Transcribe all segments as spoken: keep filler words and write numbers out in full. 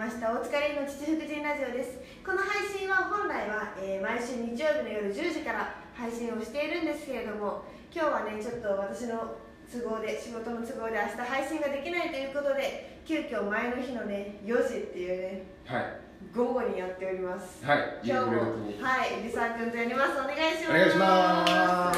ました。お疲れの父福神ラジオです。この配信は本来は、えー、毎週日曜日の夜じゅうじから配信をしているんですけれども、今日はねちょっと私の都合で仕事の都合で明日配信ができないということで、急遽前の日のねよじっていうね、はい、午後にやっております。 はい、 今日もはいリサ君とやります。お願いします。 お願いします。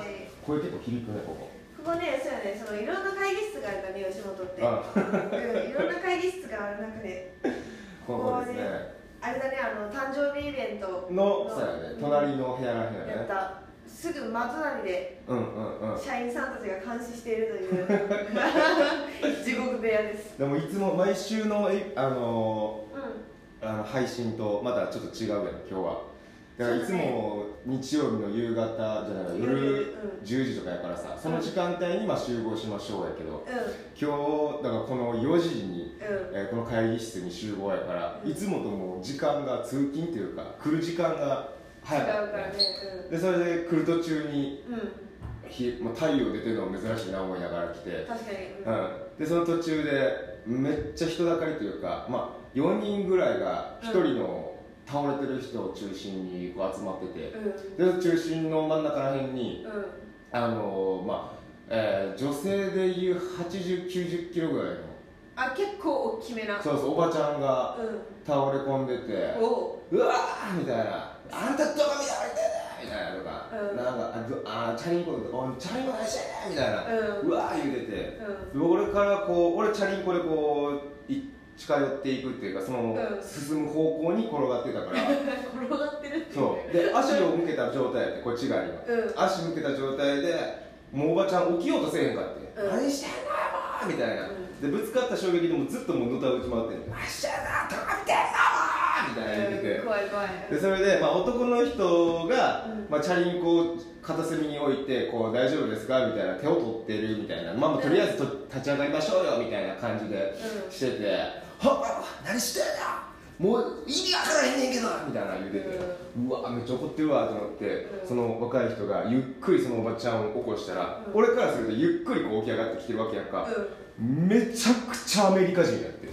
これ結構響くね、ここ。 ここね、そうやね、そのいろんな会議室があるからね、吉本って。うん、いろんな会議室がある中で、 ここですね。 あれだね、あの誕生日イベントの、そうやね、隣の部屋らへんやね。 やった。すぐ真隣で、社員さんたちが監視しているという地獄部屋です。 でもいつも毎週のあのあの配信とまたちょっと違うやん、今日は。だからいつも日曜日の夕方じゃない夜じゅうじとかやからさ、その時間帯にまあ集合しましょうやけど、今日だからこのよじにこの会議室に集合やから、いつもとも時間が通勤というか来る時間が早かったね。でそれで来る途中に太陽出てるの珍しいな思いながら来て、 確かに、 でその途中でめっちゃ人だかりというか、まあよにんぐらいがひとりの倒れてる人を中心にこう集まってて、うん、で中心の真ん中らへんに、うん、あのまあ、えー、女性でいうはちじゅう、きゅうじゅっキロぐらいのあ結構大きめなそうそうおばちゃんが倒れ込んでて、うん、うわーみたいなあんたどこ見たらいてみたいなとか、うん、なんかあチャリンコでおチャリンコ出してみたいな、うん、うわー言うてて、うん、俺からこう俺チャリンコでこうい近寄っていくっていうかその、うん、進む方向に転がってたから転がってるっていうそうで足を向けた状態やってこっち側には、うん、足向けた状態でもうおばちゃん起きようとせえへんかって、うん、何してんのよもうみたいな、うん、でぶつかった衝撃でもずっともうのたうち回ってんの何してんのどこ見てんのみたいな言ってて、 うん、怖い怖いでそれで、まあ、男の人が、うんまあ、チャリンコを片隅に置いてこう大丈夫ですかみたいな手を取ってるみたいな、まあ、まあとりあえずと立ち上がりましょうよみたいな感じでしてて、うん、はっ何してんやもう意味わからへんねんけどみたいな言うてて、うん、うわめっちゃ怒ってるわと思って、うん、その若い人がゆっくりそのおばちゃんを起こしたら、うん、俺からするとゆっくりこう起き上がってきてるわけやんか、うん、めちゃくちゃアメリカ人やって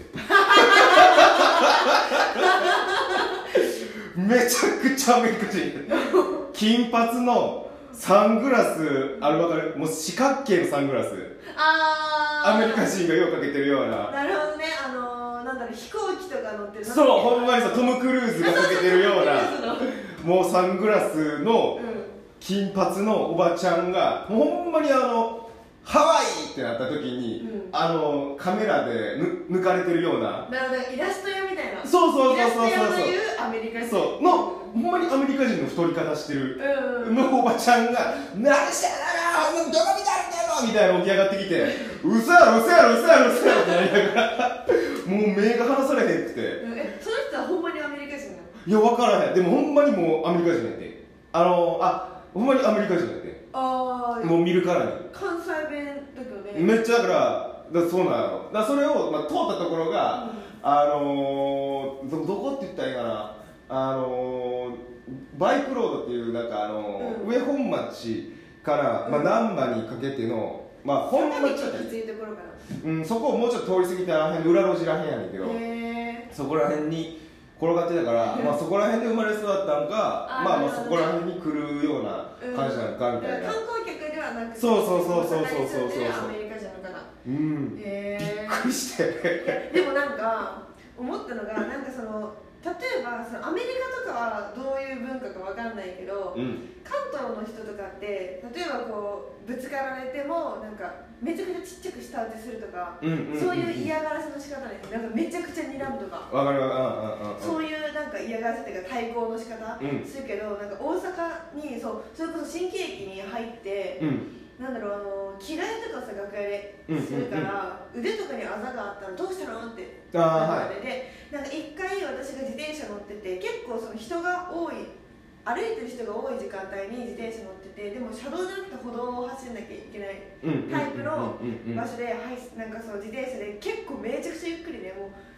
めちゃくちゃアメリカ人金髪のサングラスあれ分かるもう四角形のサングラスあアメリカ人がようかけてるようななるほどねあのー、なんだろう飛行機とか乗ってるそうほんまにさトム・クルーズがかけてるようなもうサングラスの金髪のおばちゃんがもうほんまにあのハワイってなった時に、うん、あのカメラでぬ抜かれてるようななるほどイラスト屋みたいなそうそうそうそうそうイラスト屋の言うアメリカ人そうのほんまにアメリカ人の太り方してる、うん、のおばちゃんが「何してんのよどこ見たらみたいな」みたいな起き上がってきて「うそやろうそやろうそやろうそやろ」ってなりながらもう目が離されへんくてえその人はほんまにアメリカ人なの？ いや分からへんでもほんまにもうアメリカ人やってあのあほんまにアメリカ人やってあもう見るからに関西弁だけどねめっちゃだからだそうなのだそれを、まあ、通ったところが、うん、あのー、ど, どこって言ったらいいかなあのー、バイクロードっていうなんかあのーうん、上本町から、まあ、難波にかけてのまあほんまにちょっときついところかなうんそこをもうちょっと通り過ぎたらへん裏路地らへんやねんけどそこらへんに転がってたから、まあ、そこら辺で生まれ育ったんかあ、まあ、まあそこら辺に来るような感じなのかみたいな、 うん、観光客ではなくてそうそうそうそうそうそうそうアメリカ人の方うんへびっくりしてでもなんか思ったのがなんかその例えばそのアメリカとかはどういう文化かわかんないけど、うん、関東の人とかって例えばこうぶつかられてもなんかめちゃくちゃちっちゃく舌打ちするとか、そういう嫌がらせの仕方ですなんかめちゃくちゃ睨むとかわかるわかるそういうなんか嫌がらせというか対抗の仕方するけど、うん、なんか大阪にそうそれこそ新喜劇に入って、うんなんだろうあの着替えとかさ楽屋でするから、うんうんうん、腕とかにあざがあったらどうしたのってあ、はい、 でなんか一回私が自転車乗ってて結構その人が多い歩いてる人が多い時間帯に自転車乗っててでも車道じゃなくて歩道を走んなきゃいけないタイプの場所でなんかその自転車で結構めちゃくちゃゆっくりねもう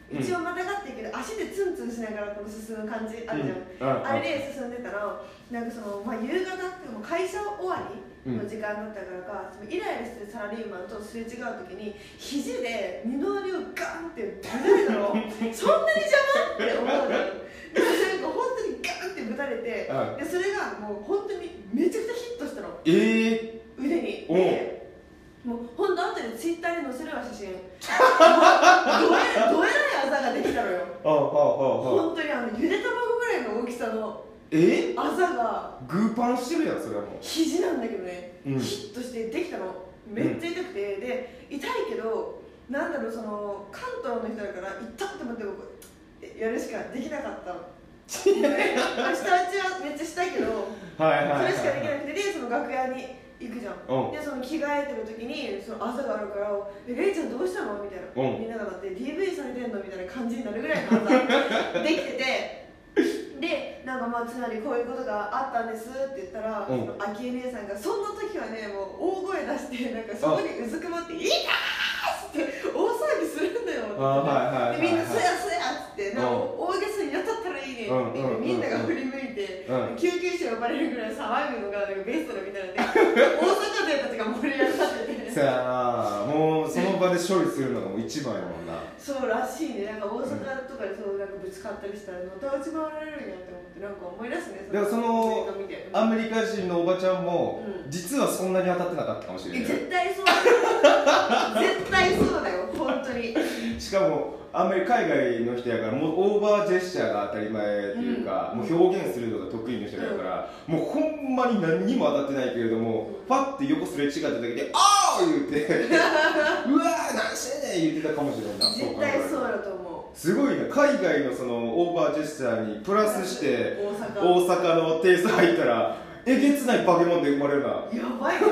一応またがってるけど足でツンツンしながらこの進む感じあるじゃん、うん、あれで進んでたらなんかその、まあ、夕方ってもう会社終わりの時間だったからか、うん、そのイライラしてるサラリーマンとすれ違う時に肘で二の腕をガンってぶたれたのそんなに邪魔って思うのよ。でもなんか本当にガンってぶたれて、うん、でそれがもう本当にめちゃくちゃヒットしたの、 えー、 腕に。でもう本当後でツイッターに載せるわ写真どえどえらいあざができたのよ。 ああああ本当にあのゆで卵ぐらいの大きさのえあざがグーパンしてるやんそれはもう肘なんだけどね、 うん、 ヒットしてできたのめっちゃ痛くて、うん、で痛いけどなんだろうその関東の人だから痛っと思って僕やるしかできなかったの下打ちはめっちゃしたいけどはいはいはい、はい、 それしかできなくてでその楽屋に行くじゃん、うん、でその着替えてる時にその朝があるから「えレイちゃんどうしたの?」みたいな、うん、みんながだって ディーブイ されてんのみたいな感じになるぐらいの朝できててでなんかまあつまりこういうことがあったんですって言ったら、うん、その昭恵姉さんがそんな時はねもう大声出してなんかそこにうずくまって「いいかー!」って大騒ぎするんだよってみんな「そやそや!」っつってなんか大げさにやったったらいいねって言ってみんなが振り向いて、うん、救急車呼ばれるぐらい騒ぐのがなんかベストだみたいなで大阪勢たちが盛り上がっててそやなもうその場で処理するのがもう一番やもんなそうらしいね。なんか大阪とかでそうなんかぶつかったりしたらまた打ち回られるんやって思ってなんか思い出すね。 でもそのアメリカ人のおばちゃんも、うん、実はそんなに当たってなかったかもしれない。 絶対そうだよ絶対そうだよ本当に。 しかもあんまり海外の人やからもうオーバージェスチャーが当たり前っていうか、うん、もう表現するのが得意な人やから、うん、もうほんまに何にも当たってないけれども、うん、パッて横すれ違っただけで「あー!」言うて「うわー何してんねん!」言ってたかもしれないな。 絶対そうだと思う。 すごいね海外のそのオーバージェスチャーにプラスして大阪のテイスト入ったらえげつない化け物で生まれるな。 やばいね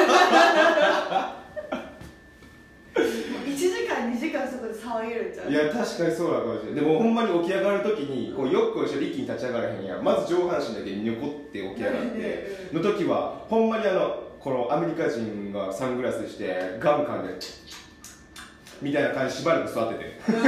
いちじかんにじかんそこで騒げるんちゃう。 いや確かにそうだかもしれない。でもほんまに起き上がるときにこうよっこいしょで一気に立ち上がらへんやん。まず上半身だけに残って起き上がっての時はほんまにあのこのアメリカ人がサングラスしてガム噛んでみたいな感じしばらく座ってて何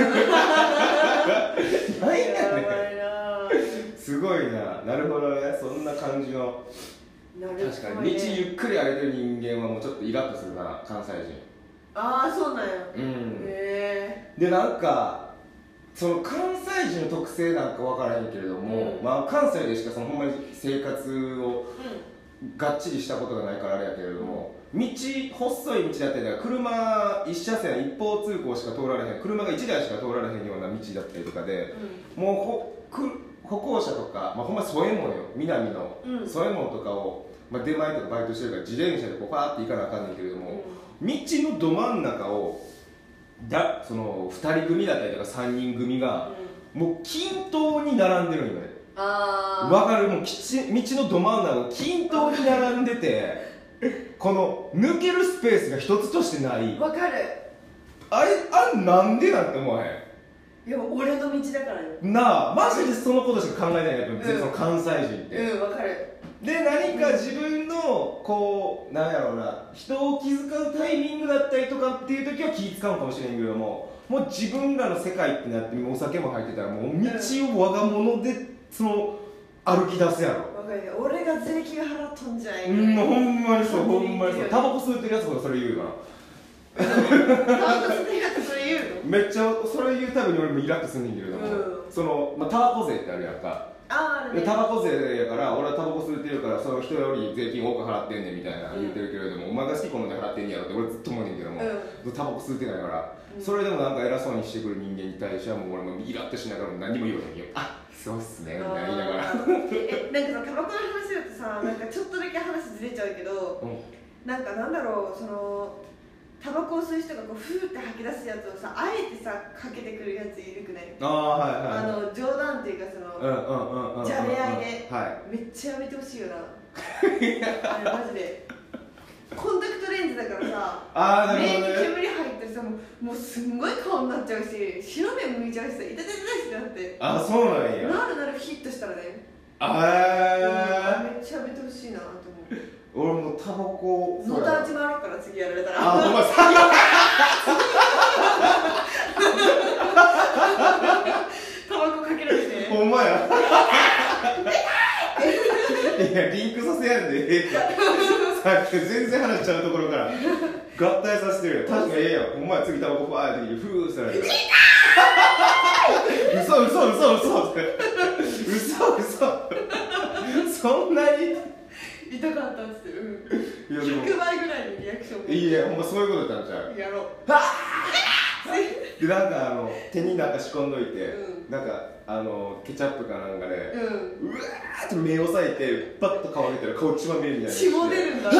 やねんすごいな。なるほどねそんな感じの確かに道ゆっくり歩いてる人間はもうちょっとイラッとするな関西人。 ああそうなんや。 うん、 へえ。 でなんかその関西人の特性なんか分からへんけれども、うん、まあ関西でしかそのほんまに生活をがっちりしたことがないからあれやけれども、うん、道細い道だったりだから車一車線一方通行しか通られへん車がいちだいしか通られへんような道だったりとかで、うん、もうほく歩行者とか、まあ、ほんま添えもんよ南の添えもんとかを、まあ、出前とかバイトしてるから自転車でこうパーって行かなあかんねんけれども、うん、道のど真ん中をだそのふたり組だったりとかさんにん組が、うん、もう均等に並んでるんよね。あ分かるもうきち道のど真ん中が均等に並んでてこの抜けるスペースが一つとしてない。 分かるあれあれなんでなんて思わへん。 いや俺の道だからよなあマジでそのことしか考えないやっぱ、うん、その関西人ってうん分かる。 で何か自分のこうなんやろうな人を気遣うタイミングだったりとかっていう時は気使うかもしれんけどももう自分らの世界ってなってお酒も入ってたらもう道を我が物でその歩き出すやろ。 分かるよ俺が税金払っとんじゃいうんほんまにそうほんまにそうタバコ吸ってるやつほどそれ言うなタバコ吸ってるやつそれ言うのめっちゃそれ言うたびに俺もイラッとすんねんけれども、うん、そのまあタバコ税ってあるやんか。 ああね、 タバコ税やから俺はタバコ吸ってるからその人より税金多く払ってんねんみたいな言ってるけれども、うん、お前が好き好んで払ってんねやろって俺ずっと思うねんけども、うん、タバコ吸ってないから、うん、それでもなんか偉そうにしてくる人間に対してはもう俺もイラッとしながら何も言わへんよ。あそうっすねみたいな言いながらえなんかさタバコの話だとさなんかちょっとだけ話ずれちゃうけど、うん、なんかなんだろうそのタバコを吸う人がこうフーって吐き出すやつをさあえてさかけてくるやついるくない？ ああはいはい、 あの冗談っていうかそのじゃれ合いで、はい、めっちゃやめてほしいよなあれマジでコンタクトレンズだからさあーなるほどね目に煙入ってさもう、もうすんごい顔になっちゃうし白目向いちゃうしさ痛てててってなってあそうなんやなるなるヒットしたらねあめっちゃやめてほしいなと思う。 俺もタバコのたうち回ろうから次やられたらあほんまいやリンクさせやんでええかさっき全然話しちゃうところから合体させてるよ。確かにええやん。お前次タバコファーってフーってされて嘘嘘嘘嘘って嘘嘘そんなに痛かったっつって、うん、 いやでもひゃくばいぐらいのリアクション。 いいやほんまそういうことだったんちゃう。 やろう。 でなんかあの手になんか仕込んどいて、 うん、なんかあのケチャップかなんかで、 うん、 うわーって目を押さえてパッと顔上げたら顔血まみれみたいな血も出るんだ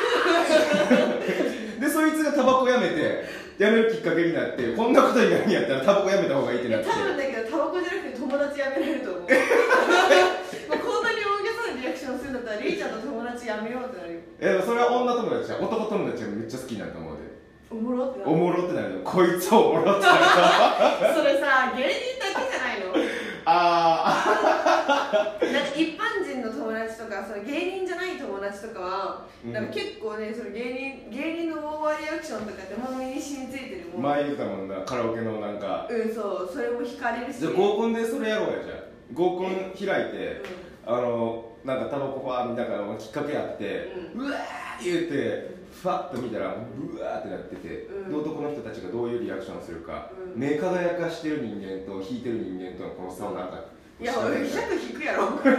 でそいつがタバコやめてやめるきっかけになってこんなことになるんやったらタバコやめた方がいいってなって。 多分だけどタバコじゃなくて友達やめられると思うもうこんなに大げさなリアクションするんだったらレイちゃんと友達やめようってなるよ。 えそれは女友達や男友達がめっちゃ好きになると思うで。 おもろってなる。 おもろってなるよ。こいつおもろってなるそれさ芸人だけじゃないの。 ああなんか一般人の友達とかその芸人じゃない友達とかは、うん、なんか結構ねその芸人芸人のオーバーリアクションとかってもう身に染みついてるもん。 前言ったもんなカラオケのなんかうんそうそれも惹かれるし。 じゃあ合コンでそれやろうや。じゃあ合コン開いて、うん、あのなんかタバコファーみたいなきっかけあって、うん、うわーって言ってファッと見たらうわーってなってて、うん、男の人たちがどういうリアクションするか、うん、目輝かしてる人間と引いてる人間とのこの差をなんかいや俺ひゃく引くやろ合コンだ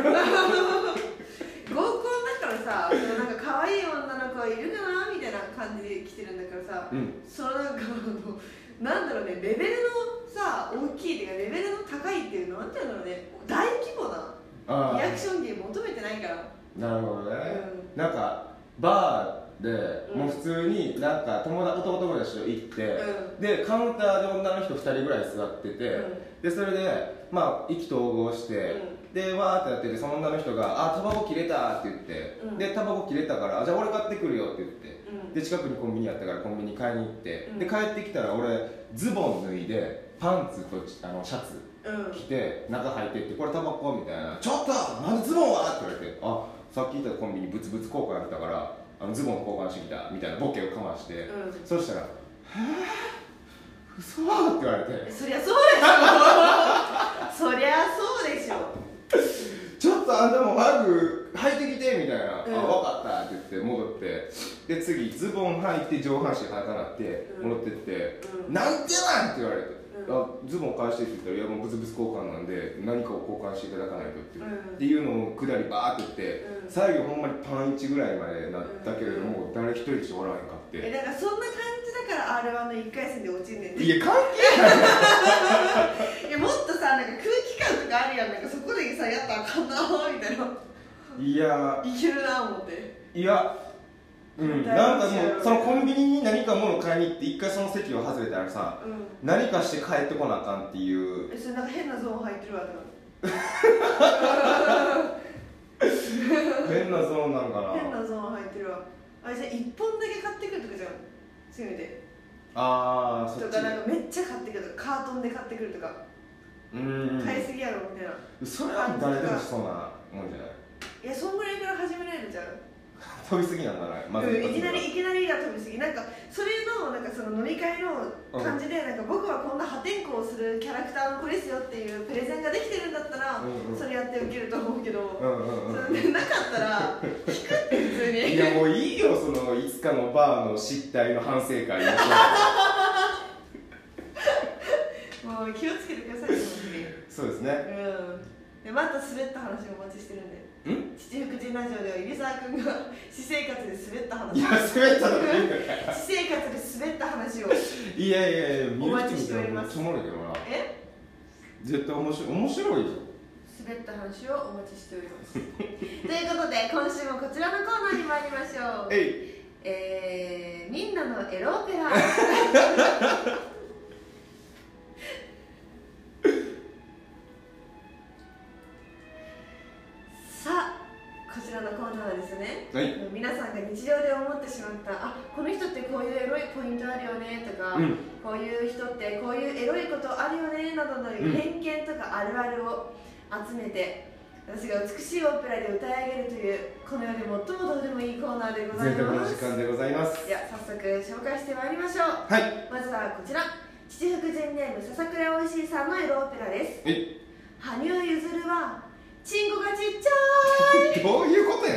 からさそのなんか可愛い女の子いるかなみたいな感じで来てるんだからさ、うん、そのなんかなんだろうねレベルのさ大きいっていうかレベルの高いっていうのなんていうんだろうね大規模なリアクション芸求めてないから。 なるほどね、うん、なんかバーで、うん、もう普通になんか友達男友達と行って、うん、でカウンターで女の人ふたりぐらい座ってて、うん、でそれでまあ意気投合して、うん、でわーってやっててその女の人が「あタバコ切れた」って言って、うん、でタバコ切れたから「じゃあ俺買ってくるよ」って言って、うん、で近くにコンビニあったからコンビニ買いに行って、うん、で帰ってきたら俺ズボン脱いでパンツとあのシャツ着て、うん、中入ってって「これタバコ」みたいな「ちょっとなんでズボンは?」って言われて「あさっき言ったコンビニブツブツ交換やったからあのズボン交換してきた」みたいなボケをかまして、うん、そしたら「はぁ嘘」って言われてそりゃそうでしょそりゃそうでしょちょっとあんたも早く履いてきてみたいな「うん、あ分かった」って言って戻ってで次ズボン履いて上半身裸になって戻ってって「うん、なんでなん!」って言われてあズボン返してって言ったら「いやもうブツブツ交換なんで何かを交換していただかないと」って、うん、っていうのをくだりバーって言って、うん、最後ほんまにパンいちぐらいまでなったけれども、うん、誰一人しかおらへんかってえだからそんな感じだから アールワン のいっかい戦で落ちんねんねいや関係ないいやもっとさなんか空気感とかあるやんなんかそこでさやったらあかんなみたいないやいけるな思っていやうん、なんかもうそのコンビニに何か物買いに行って一回その席を外れたらさ、うん、何かして帰ってこなあかんっていうえそれなんか変なゾーン入ってるわ変なゾーンなんかな変なゾーン入ってるわあれじゃあいっぽんだけ買ってくるとかじゃんせめてああそっちとかなんかめっちゃ買ってくるとかカートンで買ってくるとかうん買いすぎやろみたいなそれは誰でもしそうなもんじゃないいやそんぐらいから始められるじゃん飛びすぎなんだね、まず、 うん、いきなりいきなりが飛びすぎなんかそれのなんかその飲み会の感じで、うん、なんか僕はこんな破天荒をするキャラクターの子ですよっていうプレゼンができてるんだったら、うんうん、それやって受けると思うけど、うんうんうん、それ、ね、なかったら引くって普通にいやもういいよそのいつかのバーの失態の反省会もう気をつけてくださいそうですねうんでまた滑った話をお待ちしてるんで七福神ラジオでは入澤君が私生活で滑った話いや滑ったのかいいんだから私生活で滑った話をいやいやいやお待ちしておりますえ絶対面白い面白いよ滑った話をお待ちしておりますということで今週もこちらのコーナーに参りましょうえいえー、みんなのエロオペラさあこちらのコーナーはですね、はい、皆さんが日常で思ってしまったあこの人ってこういうエロいポイントあるよねとか、うん、こういう人ってこういうエロいことあるよねなどの偏見とかあるあるを集めて、うん、私が美しいオペラで歌い上げるというこの世で最もどうでもいいコーナーでございます。 贅沢な時間でございます。 では早速紹介してまいりましょう。 はい、 まずはこちら七福神ネーム笹倉おいしいさんのエロオペラです。羽生結弦はチンコがちっちゃいどういうこ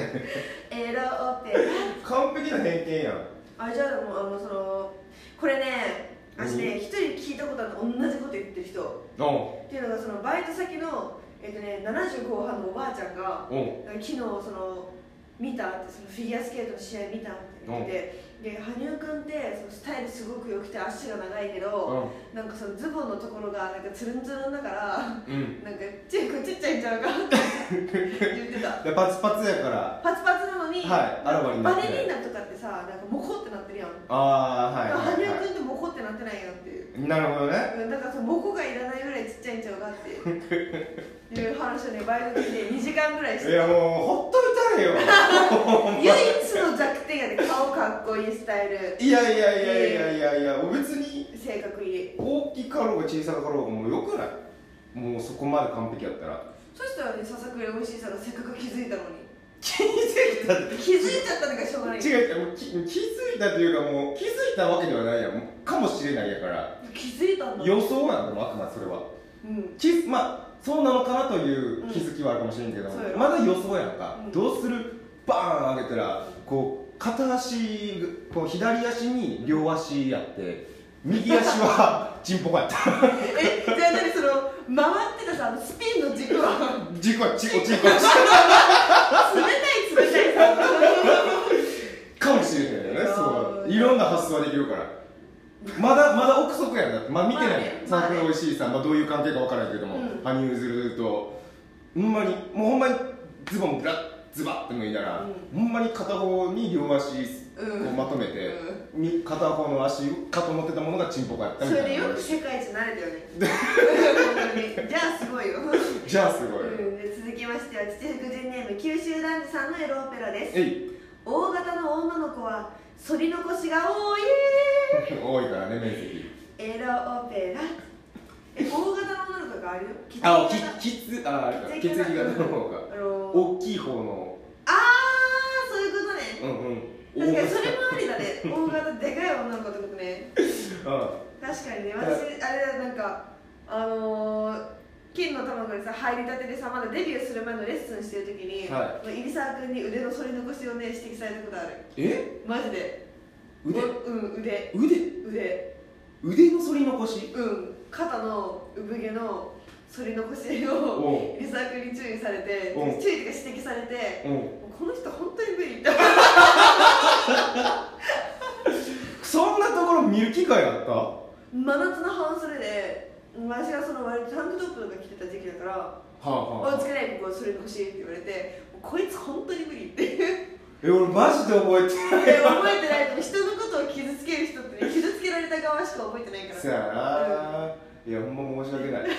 エロオペラ完璧な偏見やん。 あ、じゃあでもあのそのこれね、私ね一人聞いたことあるの、同じこと言ってる人っていうのが、そのバイト先のえっとねななじゅうご半のおばあちゃんが昨日その見たって、そのフィギュアスケートの試合見たって言ってて、で羽生君ってそのスタイルすごく良くて足が長いけど、なんかそのズボンのところがなんかつるんつるんだから、うん、なんかチェックちっちゃいんちゃうかって言ってた。 でパツパツやからパツパツなのに、 はい、あらわになってバレリーナとかってさ、なんかモコってなってるやん。 ああ、はいはい、はい、 羽生君ってモコってなってないやんっていう。 なるほどね。 だからそのモコがいらないぐらいちっちゃいんちゃうかっていう話をね、バイトでにじかんぐらいして。 いやもうほっといたれよ唯一の弱点やで、顔かっこいいスタイル。 いやいやいやいやいやいや、別に性格いい。 大きかろうが小さかろうがもうよくない？もうそこまで完璧やったら。 そしたらね、ささくれ美味しいさがせっかく気づいたのに。 気づいたって気づいちゃったのがしょうがない。 違う違う、もう 気, 気づいたというか、もう気づいたわけではないやん、かもしれないやから。 気づいたんだ。 予想なんだもん、あくまでそれは。うん。きまあそうなのかなという気づきはあるかもしれんけど、うん、まだ予想やんか、うん、どうするバーン上げたらこう片足こう左足に両足やって右足はチンポコやったえ、じゃあ何その回ってたさ、スピンの軸は軸はチンコチンコ冷たい冷たいさかもしれないよね。そう、いろんな発想はできるから。まだまだ憶測やんだって、まあ見てない、サークルおいしいさん、まあ、どういう関係か分からないけども、うん、羽生結弦とほんまにもうほんまにズボンブラッズバッて脱いだら、うん、ほんまに片方に両足をまとめて、うん、片方の足かと思ってたものがチンポコやったみたいな。 それでよく世界一慣れたよねじゃあすごいよじゃあすごい、 うん、で続きましては父福神ネーム九州男児さんのエロオペラです。 えい。 大型の女の子は反り残しが多い多いからね、面積。 エロオペラ。え、大型の女の子があるよ。 あ、き、きつ、あ、血液型の方が大きい方の。 あー、そういうことね。うんうん。確かにそれもありだね。大型でかい女の子ってことね。うん。確かにね、私あれなんかあのー金の卵にさ入りたてでさ、まだデビューする前のレッスンしてる時に、はい、入澤君に腕の反り残しをね指摘されたことある。 え？ マジで。腕？うん、腕。 腕？ 腕。 腕の反り残し？ うん。肩の産毛の反り残しを入澤君に注意されて、注意が指摘されて、この人本当に無理って。 そんなところ見る機会あった？ 真夏の半袖で。私がその割とタンクトップとか着てた時期だから、はあはあ、お疲れ、ここそれ欲しいって言われて、こいつ本当に無理ってえ、俺マジで覚えてないえ、覚えてない。人のことを傷つける人ってね、傷つけられた側しか覚えてないからそうやな、うん、いや、ほんま申し訳ない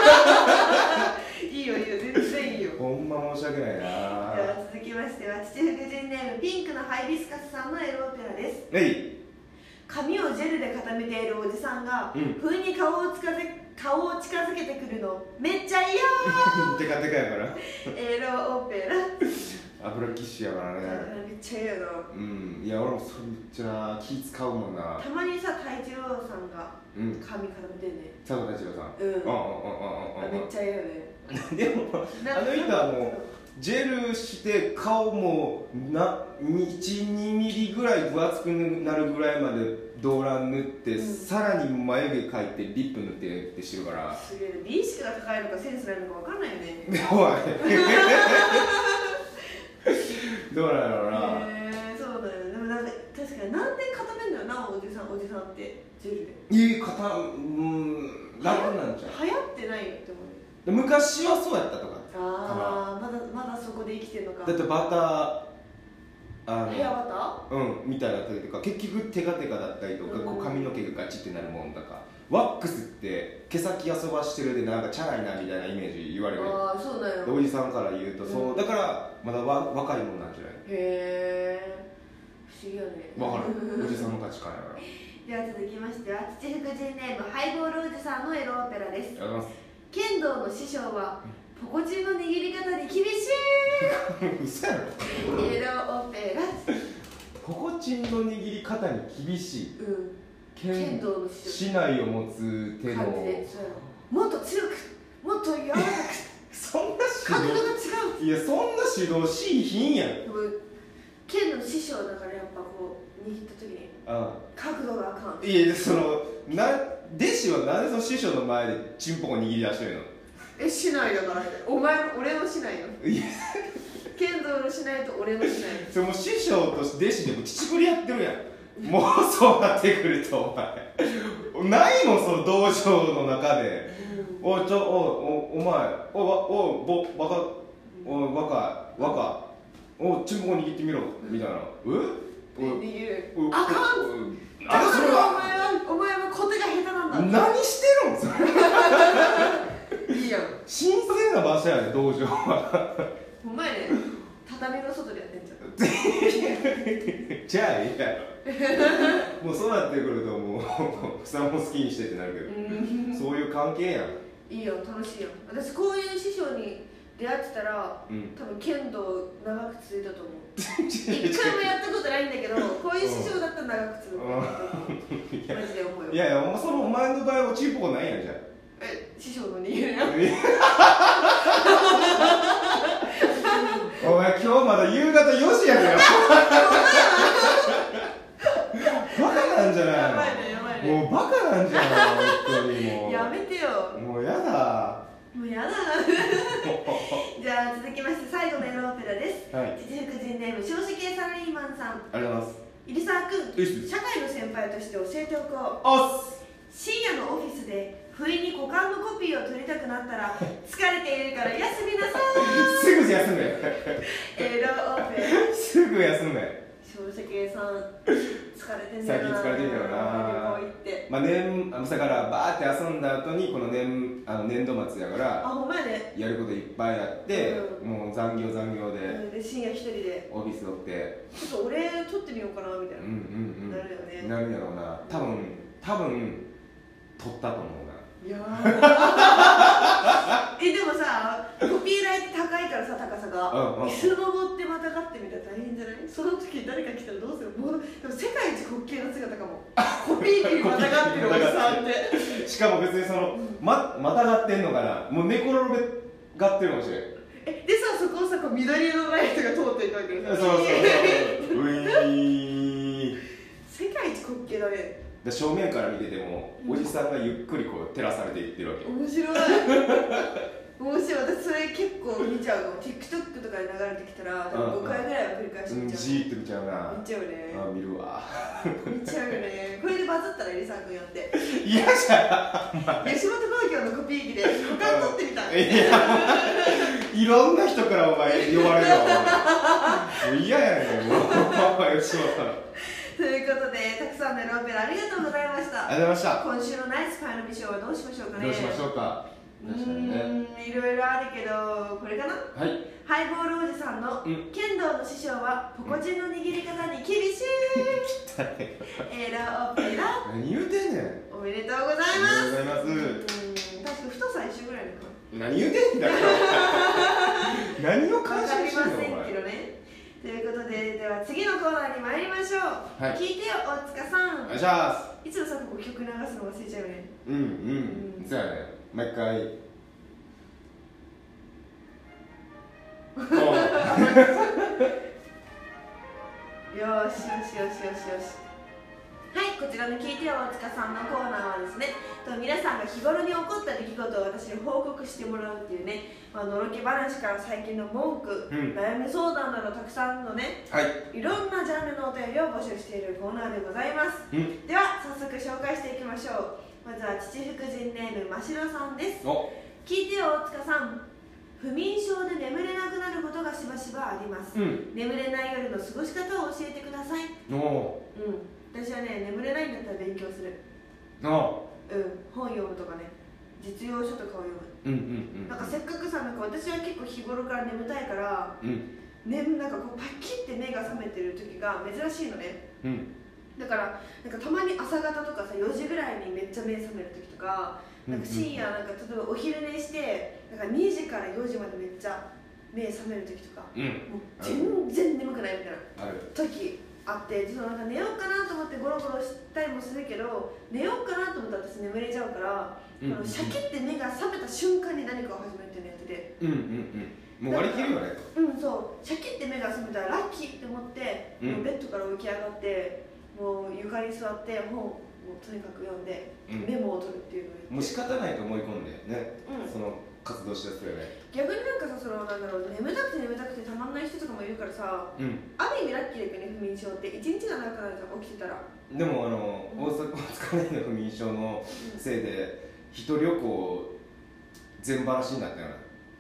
いいよいいよ、全然いいよほんま申し訳ないな。では続きましては、父福神ネームピンクのハイビスカスさんのエロオペラです。 えい。 髪をジェルで固めているおじさんが、うん、不意に顔を近づ顔を近づけてくるのめっちゃ嫌ーでかでかやからエロオペラ油ぎっしやからね。 めっちゃ嫌だ。 うん、いや俺もそれめっちゃ気使うもんな。 たまにさ、太一郎さんが髪固めてんね。 佐藤太一郎さん。 うん。ああああああ。めっちゃ嫌よね。でもあの人はもうジェルして顔もな いち、にミリぐらい分厚くなるぐらいまで動乱塗って、うん、さらに眉毛描いてリップ塗ってってしてるから。 すげえ、美意識が高いのかセンスないのか分かんないよね。 おいどうなんやろうな。 へえー、そうだよね。でもなんか確かになんで固めんのよな、おじさんおじさんってジェルで。 いい固うん、楽なんじゃん。 流行ってないよって思う。 昔はそうやったとか。 ああ、まだまだそこで生きてるのか。 だってバターあのヘアバターうんみたいなったりとか、結局テカテカだったりとか、こう髪の毛がガチってなるもんだか、ワックスって毛先遊ばしてるでなんかチャラいなみたいなイメージ言われる。 ああ、そうだよ。 おじさんから言うと、そうだからまだわ若いもんなんじゃない。 へえ、不思議よね。 わかる、おじさんの価値観やから。 では続きましては、父福神ネームハイボールおじさんのエロオペラです。 ありがとうございます。 剣道の師匠はポコチンの握り方に厳しい嘘やろ。 エロオペラ。 ポコチンの握り方に厳しい。うん。 剣道の師匠。 竹刀を持つ手の。 もっと強く、もっと柔らかく。 そそんな角度が指導いやそんな指導しいひんやん。 違う。でも剣の師匠だからやっぱこう握った時に角度があかん。 いやそのな弟子はなんでその師匠の前でチンポコ握り出してるの。 えしないだからお前俺もしないよ。いや剣道のしないと俺もしない。 それもう師匠と弟子でも乳繰りやってるやん。もうそうなってくるとお前ないもんその道場の中で、うん、おいちょおおお前おわおぼバカお若い若いおチンポコ握ってみろみたいな。え握るあかん。あかんそれはお前はお前は小手が下手なんだ。 何してるんそれいいやん。神聖な場所やね道場は。 お前ね畳の外でやってんじゃん。 じゃあいいやろ。もうそうなってくるともう草も好きにしてってなるけどそういう関係やん。 いいよ楽しいよ。私こういう師匠に出会ってたら、うん、多分剣道長く続いたと思う。一回もやったことないんだけどこういう師匠だったら長く続くと思う。マジで思うよ。 いやいやそのお前の場合はチンポコないやんじゃん。 え師匠の握るやん。 お前今日まだ夕方よじやでよ。バカなんじゃないの。 やばいねやばいね。 もうバカなんじゃないの本当にもう。 やめてよ。 もうやだ。 もうやだ。じゃあ続きまして最後のエロオペラです。はい。父福神ネーム少子系サラリーマンさん。 ありがとうございます。 入澤君、社会の先輩として教えておこう。 おっす。 深夜のオフィスで不意に股間のコピーを取りたくなったら疲れているから休みなさい。 すぐ休め。 エロオペラ。 すぐ休め。 少子系さん疲れてんだよな。 最近疲れてるよな。 旅行行って。まあ年朝からバーって遊んだ後にこの年あの年度末やからあほんまやでやることいっぱいあって、うん、もう残業残業で、 うん、で深夜一人でオフィスおってちょっと俺撮ってみようかなみたいな、うんうんうん、なるよね。 なるやろうな。多分多分撮ったと思うな。 いやえでもさコピーライト高いからさ高さが、うんうん、椅子登ってまたがってみたら大変じゃない。その時誰か来たらどうする。もうでも世界一滑稽な姿かも。コピー機にまたがってるおじさんってしかも別にその、うん、ま, またがってんのかなもう寝転がってるかもしれん。 えでさそこをさこう緑色のライトが通っていくわけです。 そうそうそうウィー世界一滑稽だね。 正面から見てても、うん、おじさんがゆっくりこう照らされていってるわけ。 面白い面白い。私それ結構見ちゃうの。 TikTok とかで流れてきたらごかいぐらいは繰り返し見ちゃう、うん、 じーっと見ちゃうな。 見ちゃうね。 あ見るわ見ちゃうよね。これでバズったら入澤君呼んで嫌じゃん。 吉本興業のコピー機で股間取ってみた。 いやいろんな人からお前呼ばれるわもう嫌やねんもう吉本ということで、たくさんのエロオペラありがとうございました。 ありがとうございました。 今週のナイスパイの美少はどうしましょうかね。 どうしましょうか。 確かにね。いろいろあるけど、これかな。 はい。 ハイボールおじさんの、うん、剣道の師匠はポコチンの握り方に厳しい。エロオペラ。 何言うてんねん。 おめでとうございます。 ありがとうございます。 確か太さ一緒ぐらいのかな。何言うてんだよ。何を感心してんの。 わかりませんけどね。ということで、では次のコーナーに参りましょう。はい、聞いてよ、大塚さん。 お願いします。 いつもさ、ここ曲流すの忘れちゃうよね。 うんうん。そうやね。もう一回。 よしよしよしよしよし。はい、こちらの聞いてよ大塚さんのコーナーはですね、皆さんが日頃に起こった出来事を私に報告してもらうっていうね、まあのろけ話から最近の文句、うん、悩み相談などたくさんのね、はい、いろんなジャンルのお便りを募集しているコーナーでございます。うん、では早速紹介していきましょう。まずは父福神ネームましろさんです。聞いてよ大塚さん。不眠症で眠れなくなることがしばしばあります。うん、眠れない夜の過ごし方を教えてください。おうん私はね、眠れないんだったら勉強する。あうん、本読むとかね、実用書とかを読む。うんうんうん、なんかせっかくさ、なんか私は結構日頃から眠たいから、うん、ね、なんかこうパキッて目が覚めてる時が珍しいのね。うん、だからなんかたまに朝方とかさ、よじぐらいにめっちゃ目覚める時とか、なんか深夜なんか例えばお昼寝してなんかにじからよじまでめっちゃ目覚める時とか、うん、もう全然眠くないみたいな時あって、そのなんか寝ようかなと思ってゴロゴロしたりもするけど、寝ようかなと思ったら私眠れちゃうから、うん、あのシャキって目が覚めた瞬間に何かを始めるっていうのやってて、 うんうんうん、もう割り切るよね。 うん、そうシャキって目が覚めたらラッキーって思って、うん、もうベッドから起き上がってもう床に座って本をとにかく読んで、うん、メモを取るっていうのをやって、 もう仕方ないと思い込んでね、うん、その活動しだすよね。 逆になんかさ、そのなんだろう、眠たくて眠たくてたまんない人とかもいるからさ、うん、ある意味ラッキーだけどね、不眠症って一日が長くなるじゃん、起きてたら。でもあの、うん、大阪疲れの不眠症のせいで一人旅行全話になったよね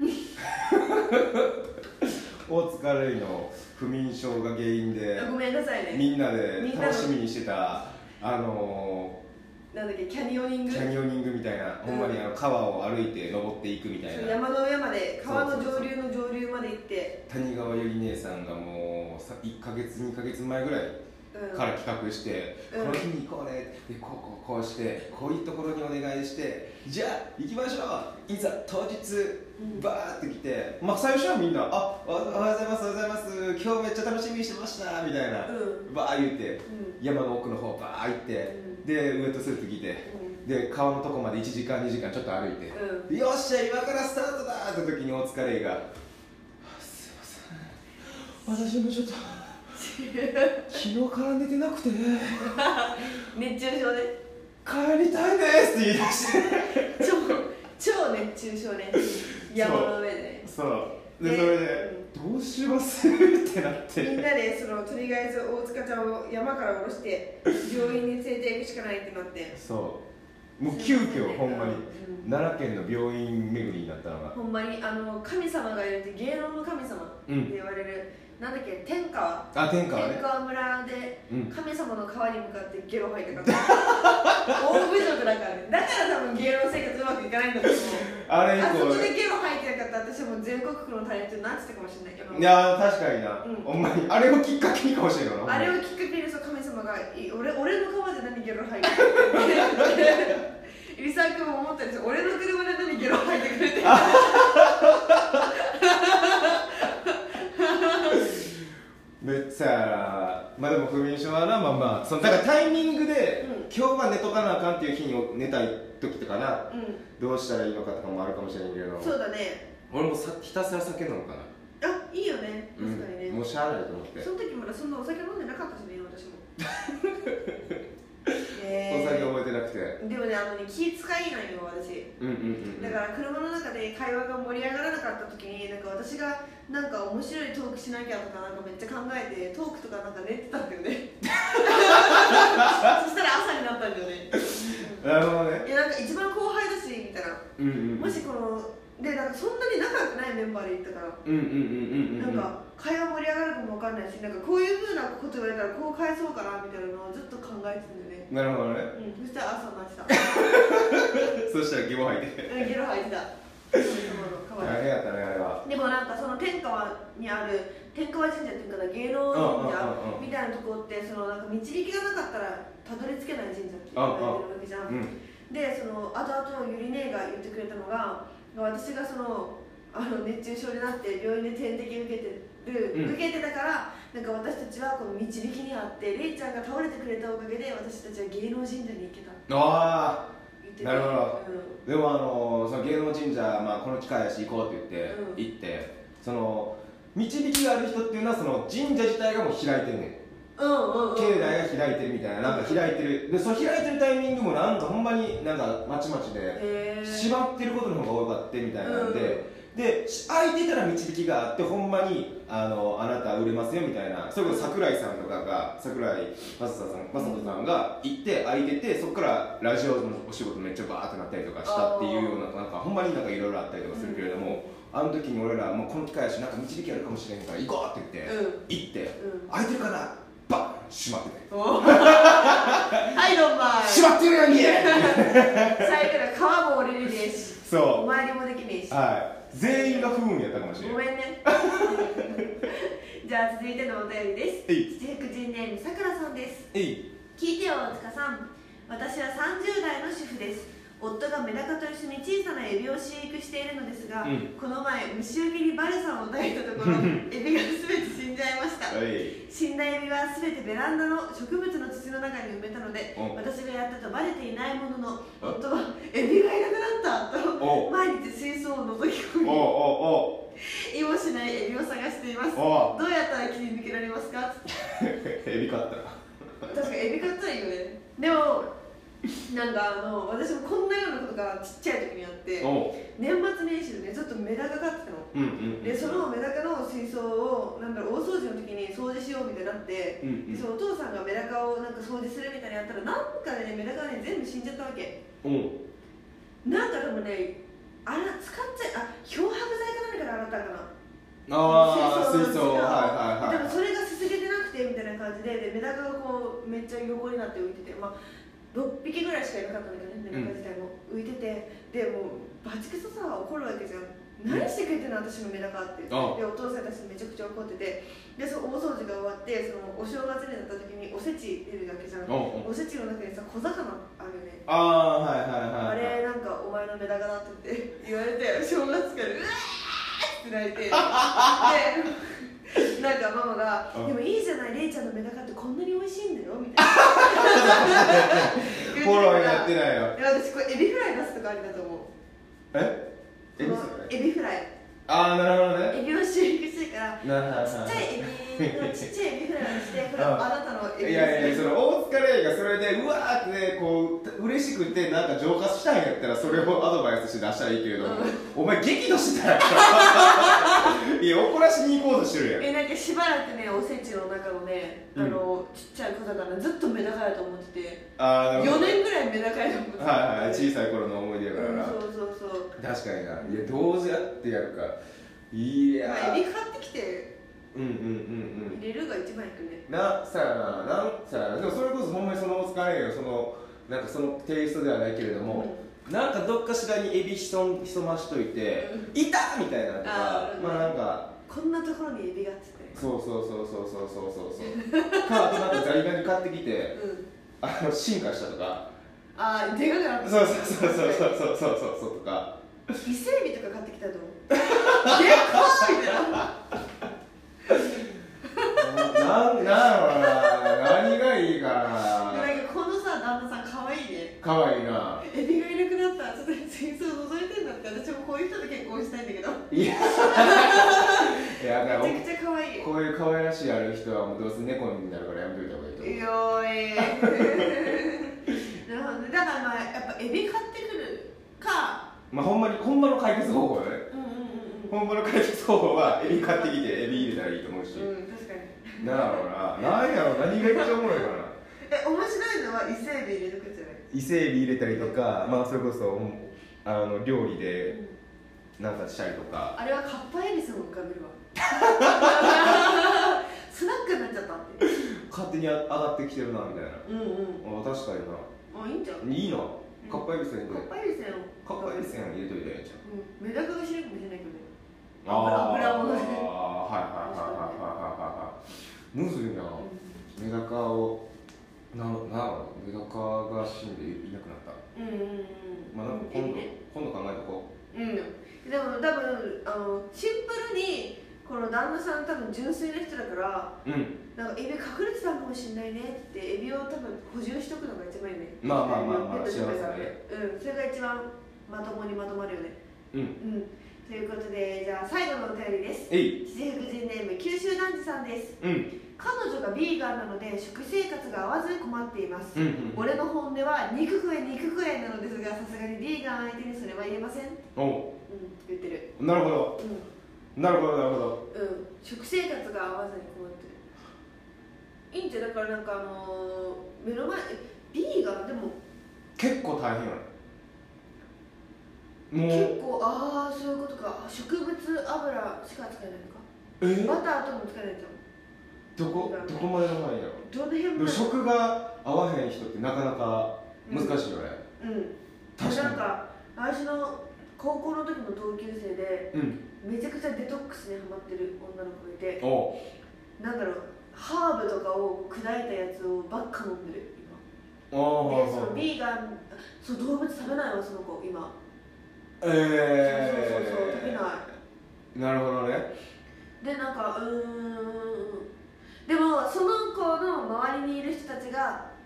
大疲れの不眠症が原因で、 ごめんなさいね、 みんなで楽しみにしてたあのなんだっけ、キャニオニングキャニオニングみたいな、うん、ほんまにあの川を歩いて登っていくみたいな、 山の上まで、川の上流の上流まで行って、 谷川ゆり姉さんがもういっかげつにかげつまえぐらいから企画して、うん、この日に行こうねで、こうこうこうしてこういうところにお願いして、じゃあ行きましょう、いざ当日、うん、バーって来て、まあ最初はみんな、あ、おはようございます、おはようございます、今日めっちゃ楽しみにしてましたみたいな、うん、バー言って、うん、山の奥の方バー行って、うん、でウエットスーツ着て、うん、で川のとこまでいちじかんにじかんちょっと歩いて、うん、よっしゃ今からスタートだって時にお疲れが、すいません私もちょっと昨日から寝てなくて熱中症で帰りたいですって言い出して超超熱中症ね、山の上でね。 そうで、それで、うん、どうしますってなって、 みんなでそのとりあえず大塚ちゃんを山から下ろして病院に連れて行くしかないってなって、 そうもう急遽ほんまに、うん、奈良県の病院巡りになったのが、 ほんまにあの神様がいるって、芸能の神様って言われる、うん、なんだっけ、天川、 あ、天川ね、 天川村で神様の川に向かってゲロ吐いてかった大部族だからね、だから多分芸能生活うまくいかないんだけど、あれ以降あそこでゲロ吐いてなかったら私はもう全国区のタレントになってたかもしれないけど、 いやー確かにな、うん、ほんまにあれをきっかけにかもしれないな、 あれをきっかけにそう神様が俺俺の川で何ゲロ吐いてる入澤君も思ったんですよ、俺の車で何ゲロ吐いてくれてめっちゃまあでも不眠症はな、まあまあそのだからタイミングで、うん、今日は寝とかなあかんっていう日に寝たい時とかな、うん、どうしたらいいのかとかもあるかもしれないけど、 そうだね、 俺もさひたすら酒飲むかな。 あ、いいよね、確かにね、 うん、もうしゃあないと思って、 その時まだそんなお酒飲んでなかったしね、私もえー、お酒覚えてなくて、 でもね、あのね、気遣いないよ私、うんうんうん、だから車の中で会話が盛り上がらなかった時に、なんか私がなんか面白いトークしなきゃとかなんかめっちゃ考えてトークとかなんか寝てたんだよねそしたら朝になったんだよねなるほどね。 いや、なんか一番後輩だしみたいな、うんうん、もしこのでなんかそんなに仲良くないメンバーで行ったから、なんか会話盛り上がるかも分かんないし、なんかこういうふうなこと言われたらこう返そうかなみたいなのをずっと考えてたんだよね。 なるほどね、 うん、そしたら朝待ちたそしたらゲボ吐いてうん、ゲロ吐いてたあれやったね、あれは。 でもなんかその天川にある天川神社っていうかな、芸能神社みたいなとこって、そのなんか導きがなかったらたどり着けない神社って言われてるわけじゃん、うん、でその後々ゆり姉が言ってくれたのが、私がそのあの熱中症になって病院で点滴受けてる、うん、受けてたから、なんか私たちはこの導きにあって、レイちゃんが倒れてくれたおかげで私たちは芸能神社に行けた。 ああ、なるほど、うん、でもあのその芸能神社、まあ、この機会やし行こうって言って、うん、行ってその導きがある人っていうのはその神社自体がもう開いてんねん、うんうんうん、境内が開いてるみたいな、なんか開いてるで、その開いてるタイミングもなんかほんまになんかまちまちで閉まってることの方が多かったみたいなんで、うん、で開いてたら導きがあって、ほんまにあのあなた売れますよみたいな、それこそ桜井さんとかが桜井雅人さん雅人さんが行って開いてて、そこからラジオのお仕事めっちゃバーってなったりとかしたっていうような、なんかほんまになんかいろいろあったりとかするけれども、うん、あの時に俺らもうこの機会やしなんか導きあるかもしれんから行こうって言って、うん、行って、うん、開いてるかな、バン閉まっててはいどんまい閉まってるやんけ最後の川も折れるでし、 そうお参りもできねえし、 はい、全員が不運やったかもしれない。 ごめんねじゃあ続いてのお便りです。七福神ネームさくらさんです。 えい、 聞いてよ大塚さん、私はさんじゅう代の主婦です。夫がメダカと一緒に小さなエビを飼育しているのですが、うん、この前虫除けにバルサンを焚いたところエビが全て死んじゃいました。 死んだエビは全てベランダの植物の土の中に埋めたので、私がやったとバレていないものの、夫はエビがいなくなったと毎日水槽を覗き込み、意もしないエビを探しています。どうやったら切り抜けられますか？ エビ買ったら確かにエビ買ったらいいよね。でもなんかあの私もこんなようなことがちっちゃい時にあって、年末年始でねずっとメダカ飼ってたの、うんうんうん、でそのメダカの水槽をなんだろう大掃除の時に掃除しようみたいになって、うんうん、そのお父さんがメダカをなんか掃除するみたいにやったらなんかでねメダカがね全部死んじゃったわけ、うん、なんかでもねあれ使っちゃあ漂白剤か何かで洗ったかな、 ああ水槽はいはいはい、 でもそれがすすげてなくてみたいな感じで、でメダカがこうめっちゃ横になって浮いてて、まあろっぴきぐらいしかいなかったんだけどね、メダカ自体も浮いてて、でもうバチクソさ怒るわけじゃん、何してくれてんの私のメダカって、でお父さんたちめちゃくちゃ怒ってて、でその大掃除が終わってそのお正月になった時におせち出るわけじゃん、おせちの中にさ小魚あるよね、 ああはいはいはい、 あれなんかお前のメダカだって言われて正月からうわーって泣いてでなんかママが「でもいいじゃない、レイちゃんのメダカってこんなに美味しいんだよ」みたいなフォローになってないよ。 いや私これエビフライ出すとかありだと思う。 えエビフライエビフライ、 ああなるほどね、 エビを飼育してからちっちゃいエビのちっちゃいエビフライにしてこれあなたのエビです。 いやいやその大塚レイがそれでうわーってこう嬉しくてなんか浄化したんやったらそれをアドバイスして出したらいいけれども、うん、お前激怒してたやんいや怒らしに行こうとしてるやん。 えなんかしばらくねおせちの中のね、うん、あのちっちゃい小魚ずっとメダカやと思ってて、あよねんぐらいメダカやと思ってて、 はいはい小さい頃の思い出やからな、 うん、そうそうそう確かにな。いやどうやってやるか、いやー、まあ、エビ買ってきてうんうんうんうん入れるが一番いくね。 なさやななんさやな。でもそれこそほんまにそのお疲れよ、そのなんかそのテイストではないけれども、うん、なんかどっかしらにエビ潜ましといて、うん、いたみたいなとか、あまあなんかこんなところにエビがっつって、 そうそうそうそうそうそうそうそうかあとなんかザリガニ買ってきて、うん、あの進化したとか、 ああでかくなった、 そうそうそうそうそうそうそうそうとか、 伊勢エビとか買ってきたと思うでかーみたいななんなんやろな、何がいいかな。 なんかこのさ旦那さんかわいいね。 かわいいな。 エビがいなくなった、ちょっと水槽覗いてんだって。私もこういう人と結婚したいんだけど。 いやいやだからめちゃくちゃかわいい。 こういう可愛らしいある人はもうどうせ猫になるからやめといた方がいいと思う。 よーいなるほどね。だからまあやっぱエビ買ってくるか、 まあほんまにほんまの解決方法よね。うんうんうん、ほんまの解決方法はエビ買ってきてエビ入れたらいいと思うし、 うん、確かに。 なんやろうな、なんやろう、何が一番おもろいかな。 え、面白いのは伊勢エビ入れとくじゃない。 伊勢エビ入れたりとか、まあそれこそあの料理でなんかしたりとか、 あれはカッパエビスも浮かべるわスナックになっちゃったって勝手に上がってきてるなみたいな。うんうん、あ確かにな。 あ、いいんじゃん。 いいな、カッパエビスにカッパエビスをカッパエビス入れといたらいいじゃん。 うん、メダカが知るかもしれないけどね。 あ油物で。 ああ、はいはいはいはいはいはいはい。むずいな。メダカをななメダカが死んでいなくなった。うんうんうん。まあなんか今度今度考えとこう。うん。 でも多分あのシンプルにこの旦那さん多分純粋な人だから、うん、なんかエビ隠れてたかもしれないねってエビを多分補充しとくのが一番いいね。 まあまあまあまあ幸せだね。 うん、それが一番まともにまとまるよね。うん。うん。ということで、じゃあ最後のお便りです。七福神ネーム九州男児さんです。うん、彼女がビーガンなので食生活が合わず困っています。うんうん、俺の本音は肉食え肉食えなのですが、さすがにビーガン相手にそれは言えません。おう、うん、言ってる。 なるほど、うん、なるほどなるほど。 うん、食生活が合わずに困ってる。いいんじゃ、だからなんかあのー、目の前ビーガンでも結構大変よね。 もう結構、ああそういうことか。植物油しか使えないのか。えバターとも使えないじゃん。 どこどこまでの範囲やろ。 どの辺まで。 食が合わへん人ってなかなか難しいよね。うん、うん、 確かに。なんか私の高校の時の同級生で、うん、めちゃくちゃデトックスにハマってる女の子がいて、おなんだろう、ハーブとかを砕いたやつをばっか飲んでる今。おでそのビーガン、そう動物食べないわその子今。えー、そうそうそう食べない。 なるほどね。 でなんかうーん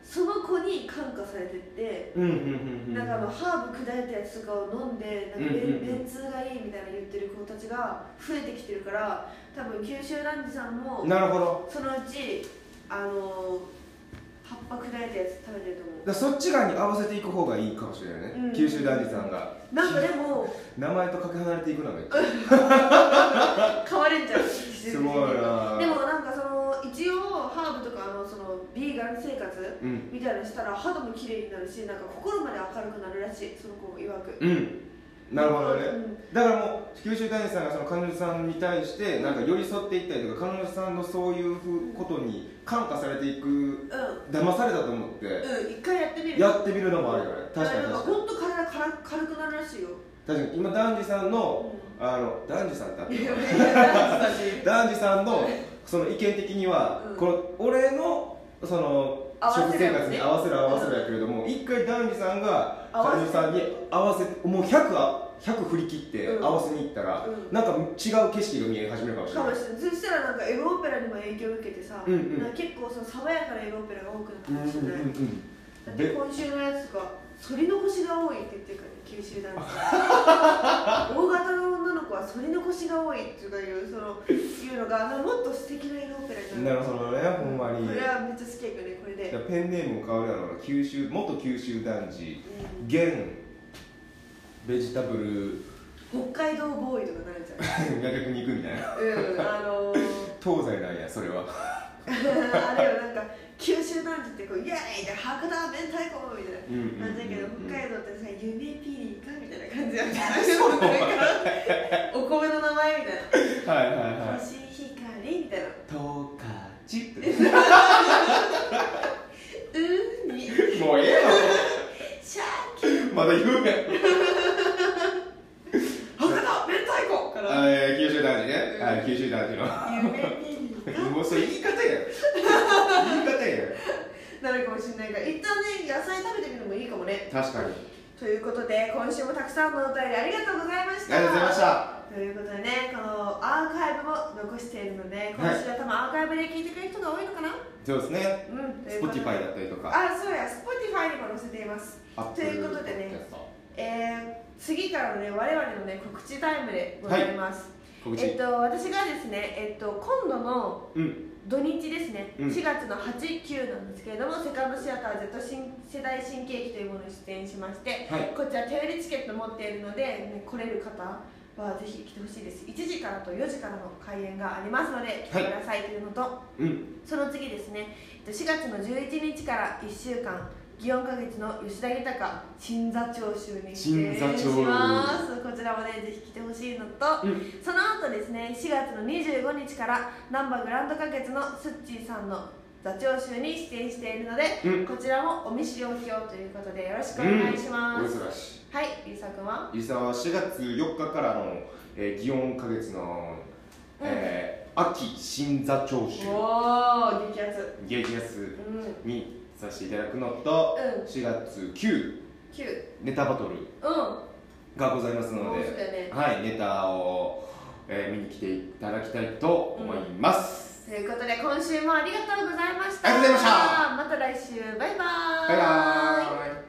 その子に感化されてって、 うんうんうんうん、 なんかあのハーブ砕いたやつとかを飲んでなんか便通がいいみたいな言ってる子たちが増えてきてるから、多分九州男児さんもなるほどそのうちあの葉っぱ砕いたやつ食べてると思う。 だそっち側に合わせていく方がいいかもしれないね、うん、九州男児さんがなんかでも名前とかけ離れていくのが変われんじゃんすごいな。 でもなんかその一応ハーブとかあのそのビーガン生活みたいなのしたら肌も綺麗になるし、なんか心まで明るくなるらしい、その子曰く。 うんなるほどね、うん、だからもう九州男児さんがその彼女さんに対してなんか寄り添っていったりとか、彼女さんのそういうことに感化されていく、うん、騙されたと思ってうん一回やってみるやってみるのもあるよね。確かに確かに本当体軽軽くなるらしいよ。 確かに今ダンジさんの、うん、あのダンジさんってあってダンジさんのその意見的には、うん、この俺のその食生活に合わせる合わせるやけれども、一回ダンジさんが彼女さんに合わせてもうひゃく、ひゃく振り切って合わせに行ったら、うん、なんか違う景色が見え始めるかもしれない。 そしたらなんかエゴオペラにも影響を受けてさ、うんうん、なんか結構その爽やかなエゴオペラが多くなったかもしれない。うんうんうん、だって今週のやつが反り残しが多いって言ってるからね、九州男児大型の女の子は反り残しが多いっていうそのいうのがもっと素敵なエゴオペラになる。 なるほどね、ほんまに。 これはめっちゃ好きやけどね、これで。 ペンネームも変わるやろうな、九州元九州男児、うん、現ベジタブル北海道ボーイとかなるじゃん。 逆に行くみたいな。 うん、あのー、 東西なんやそれは。 あれよ、なんか九州男児ってこうイエーイで博多明太子みたいな感じだけど、北海道ってさ夢ピリカみたいな感じやん。お米の名前みたいな。はいはいはい。星光みたいな。 十勝って。 うに。 もうええよ。 シャーキ。 まだ言うやん。 博多明太子から。 あえ九州男児ね。はい、九州男児の。 夢ピリカ。 もうそれ言い方やん。言い方やん。 なるかもしれないから、一旦ね野菜食べてみるのもいいかもね。 確かに。 ということで今週もたくさんのお便りありがとうございました。 ありがとうございました。 ということでね、このアーカイブも残しているので、今週は多分アーカイブで聞いてくれる人が多いのかな。 そうですね。 うん。 Spotify だったりとか。 あ、そうや、Spotify にも載せています。ということでね、えー、次からのね我々のね告知タイムでございます。はい、えっと私がですね、えっと今度の、うん土日ですね、うん、しがつのはち、きゅうなんですけれども、セカンドシアター Z 新世代新喜劇というものに出演しまして、はい、こちら手売りチケット持っているので、ね、来れる方はぜひ来てほしいです。いちじからとよじからの開演がありますので来てくださいというのと、はい、うん、その次ですね、しがつのじゅういちにちからいっしゅうかん祇園花月の吉田豊新座長州に出演します。こちらもねぜひ来てほしいのと、うん、その後ですねしがつのにじゅうごにちから難波グランド花月のスッチーさんの座長州に出演しているので、うん、こちらもお見知りおきをということでよろしくお願いします。うん、お忙しい。はい、ゆうさくんは？ゆうさんはしがつよっかからの、えー、祇園花月の、うん、えー、秋新座長州。おー、激アツ。激アツに、うんさせていただくのと、うん、しがつくネタバトルがございますので、うんね、はい、ネタを、えー、見に来ていただきたいと思います、うん、ということで今週もありがとうございました。ありがとうございました。また来週、バイバーイ。バイバーイ。